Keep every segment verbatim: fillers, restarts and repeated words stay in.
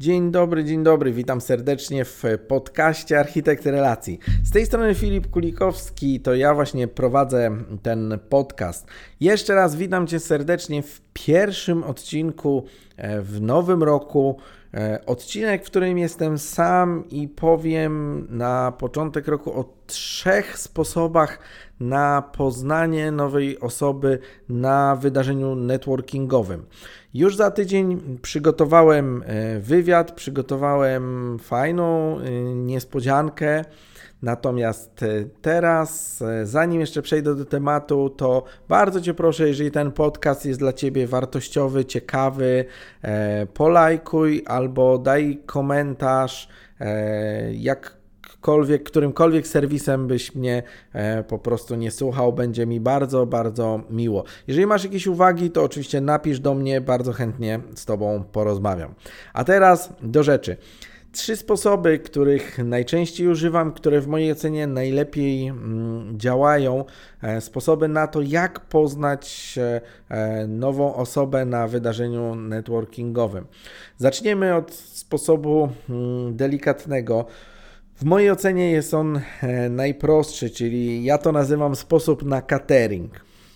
Dzień dobry, dzień dobry, witam serdecznie w podcaście Architekt Relacji. Z tej strony Filip Kulikowski, to ja właśnie prowadzę ten podcast. Jeszcze raz witam Cię serdecznie w pierwszym odcinku w nowym roku. Odcinek, w którym jestem sam i powiem na początek roku o trzech sposobach na poznanie nowej osoby na wydarzeniu networkingowym. Już za tydzień przygotowałem wywiad, przygotowałem fajną niespodziankę. Natomiast teraz, zanim jeszcze przejdę do tematu, to bardzo Cię proszę, jeżeli ten podcast jest dla Ciebie wartościowy, ciekawy, polajkuj albo daj komentarz, jakkolwiek, którymkolwiek serwisem byś mnie po prostu nie słuchał, będzie mi bardzo, bardzo miło. Jeżeli masz jakieś uwagi, to oczywiście napisz do mnie, bardzo chętnie z Tobą porozmawiam. A teraz do rzeczy. Trzy sposoby, których najczęściej używam, które w mojej ocenie najlepiej mm, działają. E, sposoby na to, jak poznać e, nową osobę na wydarzeniu networkingowym. Zaczniemy od sposobu mm, delikatnego. W mojej ocenie jest on e, najprostszy, czyli ja to nazywam sposób na catering.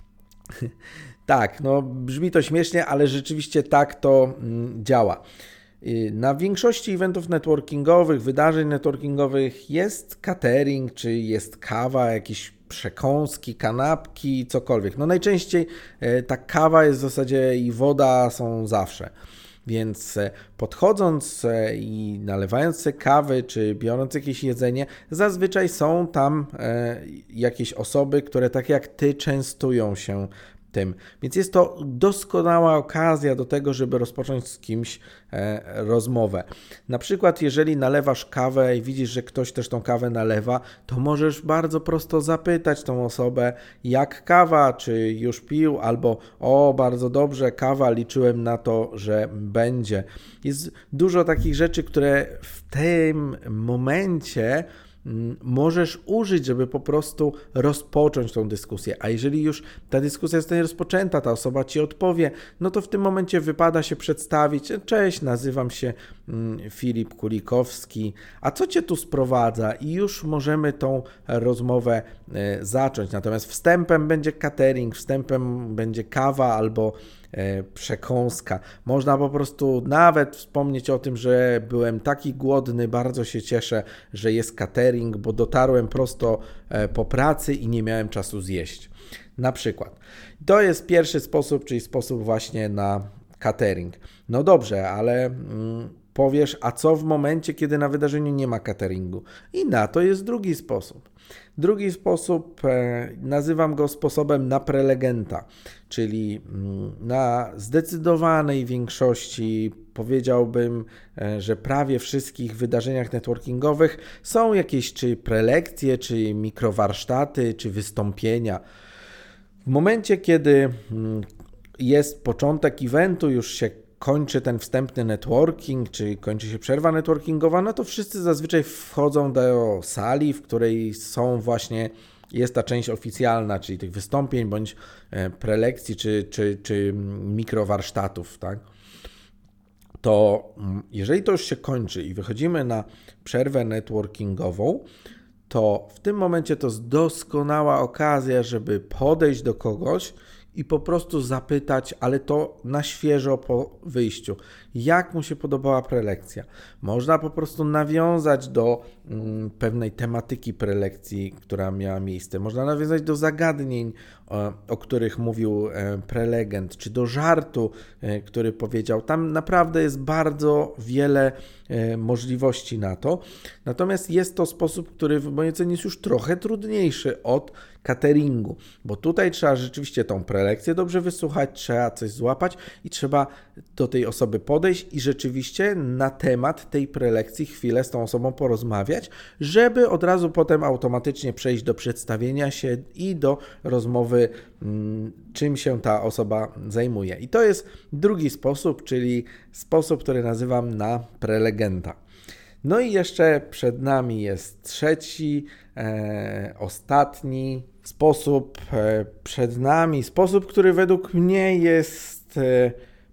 Tak, no brzmi to śmiesznie, ale rzeczywiście tak to mm, działa. Na większości eventów networkingowych, wydarzeń networkingowych jest catering, czy jest kawa, jakieś przekąski, kanapki, cokolwiek. No najczęściej ta kawa jest w zasadzie i woda są zawsze. Więc podchodząc i nalewając sobie kawy, czy biorąc jakieś jedzenie, zazwyczaj są tam jakieś osoby, które tak jak Ty częstują się tym. Więc jest to doskonała okazja do tego, żeby rozpocząć z kimś e, rozmowę. Na przykład, jeżeli nalewasz kawę i widzisz, że ktoś też tą kawę nalewa, to możesz bardzo prosto zapytać tą osobę, jak kawa, czy już pił, albo o, bardzo dobrze, kawa, liczyłem na to, że będzie. Jest dużo takich rzeczy, które w tym momencie możesz użyć, żeby po prostu rozpocząć tą dyskusję. A jeżeli już ta dyskusja zostanie rozpoczęta, ta osoba Ci odpowie, no to w tym momencie wypada się przedstawić. Cześć, nazywam się Filip Kulikowski. A co Cię tu sprowadza? I już możemy tą rozmowę zacząć. Natomiast wstępem będzie catering, wstępem będzie kawa albo przekąska. Można po prostu nawet wspomnieć o tym, że byłem taki głodny, bardzo się cieszę, że jest catering, bo dotarłem prosto po pracy i nie miałem czasu zjeść. Na przykład. To jest pierwszy sposób, czyli sposób właśnie na catering. No dobrze, ale mm, powiesz, a co w momencie, kiedy na wydarzeniu nie ma cateringu? I na to jest drugi sposób. Drugi sposób, e, nazywam go sposobem na prelegenta, czyli mm, na zdecydowanej większości, powiedziałbym, e, że prawie wszystkich wydarzeniach networkingowych są jakieś czy prelekcje, czy mikrowarsztaty, czy wystąpienia. W momencie, kiedy mm, jest początek eventu, już się kończy ten wstępny networking, czy kończy się przerwa networkingowa, no to wszyscy zazwyczaj wchodzą do sali, w której są właśnie, jest ta część oficjalna, czyli tych wystąpień, bądź prelekcji, czy, czy, czy mikrowarsztatów, tak? To jeżeli to już się kończy i wychodzimy na przerwę networkingową, to w tym momencie to jest doskonała okazja, żeby podejść do kogoś i po prostu zapytać, ale to na świeżo po wyjściu, jak mu się podobała prelekcja. Można po prostu nawiązać do mm, pewnej tematyki prelekcji, która miała miejsce. Można nawiązać do zagadnień, o, o których mówił e, prelegent, czy do żartu, e, który powiedział. Tam naprawdę jest bardzo wiele e, możliwości na to. Natomiast jest to sposób, który w mojej ocenie jest już trochę trudniejszy od cateringu, bo tutaj trzeba rzeczywiście tą prelekcję dobrze wysłuchać, trzeba coś złapać i trzeba do tej osoby podejść i rzeczywiście na temat tej prelekcji chwilę z tą osobą porozmawiać, żeby od razu potem automatycznie przejść do przedstawienia się i do rozmowy, czym się ta osoba zajmuje. I to jest drugi sposób, czyli sposób, który nazywam na prelegenta. No i jeszcze przed nami jest trzeci, e, ostatni sposób e, przed nami, sposób, który według mnie jest e,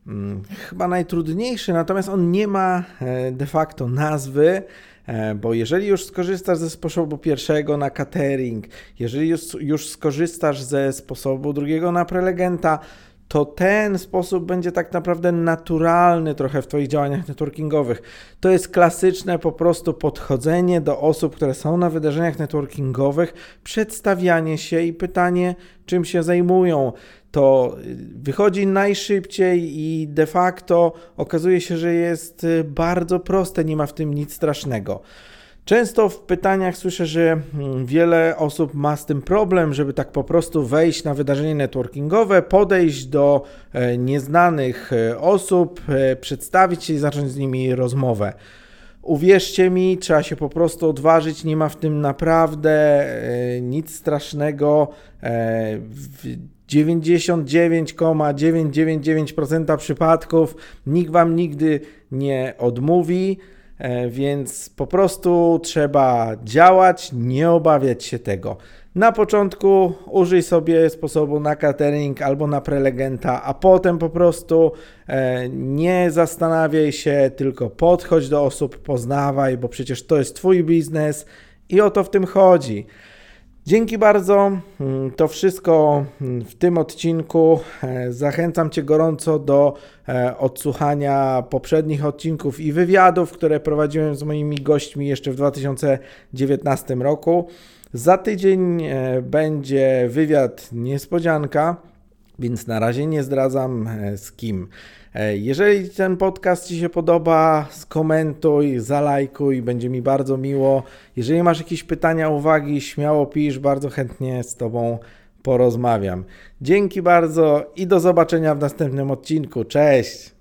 chyba najtrudniejszy, natomiast on nie ma de facto nazwy, bo jeżeli już skorzystasz ze sposobu pierwszego na catering, jeżeli już, już skorzystasz ze sposobu drugiego na prelegenta, to ten sposób będzie tak naprawdę naturalny trochę w Twoich działaniach networkingowych. To jest klasyczne po prostu podchodzenie do osób, które są na wydarzeniach networkingowych, przedstawianie się i pytanie, czym się zajmują. To wychodzi najszybciej i de facto okazuje się, że jest bardzo proste, nie ma w tym nic strasznego. Często w pytaniach słyszę, że wiele osób ma z tym problem, żeby tak po prostu wejść na wydarzenie networkingowe, podejść do nieznanych osób, przedstawić się i zacząć z nimi rozmowę. Uwierzcie mi, trzeba się po prostu odważyć, nie ma w tym naprawdę nic strasznego. W dziewięćdziesiąt dziewięć przecinek dziewięćset dziewięćdziesiąt dziewięć procent przypadków nikt Wam nigdy nie odmówi, więc po prostu trzeba działać, nie obawiać się tego. Na początku użyj sobie sposobu na catering albo na prelegenta, a potem po prostu nie zastanawiaj się, tylko podchodź do osób, poznawaj, bo przecież to jest Twój biznes i o to w tym chodzi. Dzięki bardzo, to wszystko w tym odcinku. Zachęcam Cię gorąco do odsłuchania poprzednich odcinków i wywiadów, które prowadziłem z moimi gośćmi jeszcze w dwa tysiące dziewiętnastym roku. Za tydzień będzie wywiad niespodzianka, więc na razie nie zdradzam z kim. Jeżeli ten podcast Ci się podoba, skomentuj, zalajkuj, będzie mi bardzo miło. Jeżeli masz jakieś pytania, uwagi, śmiało pisz, bardzo chętnie z Tobą porozmawiam. Dzięki bardzo i do zobaczenia w następnym odcinku. Cześć!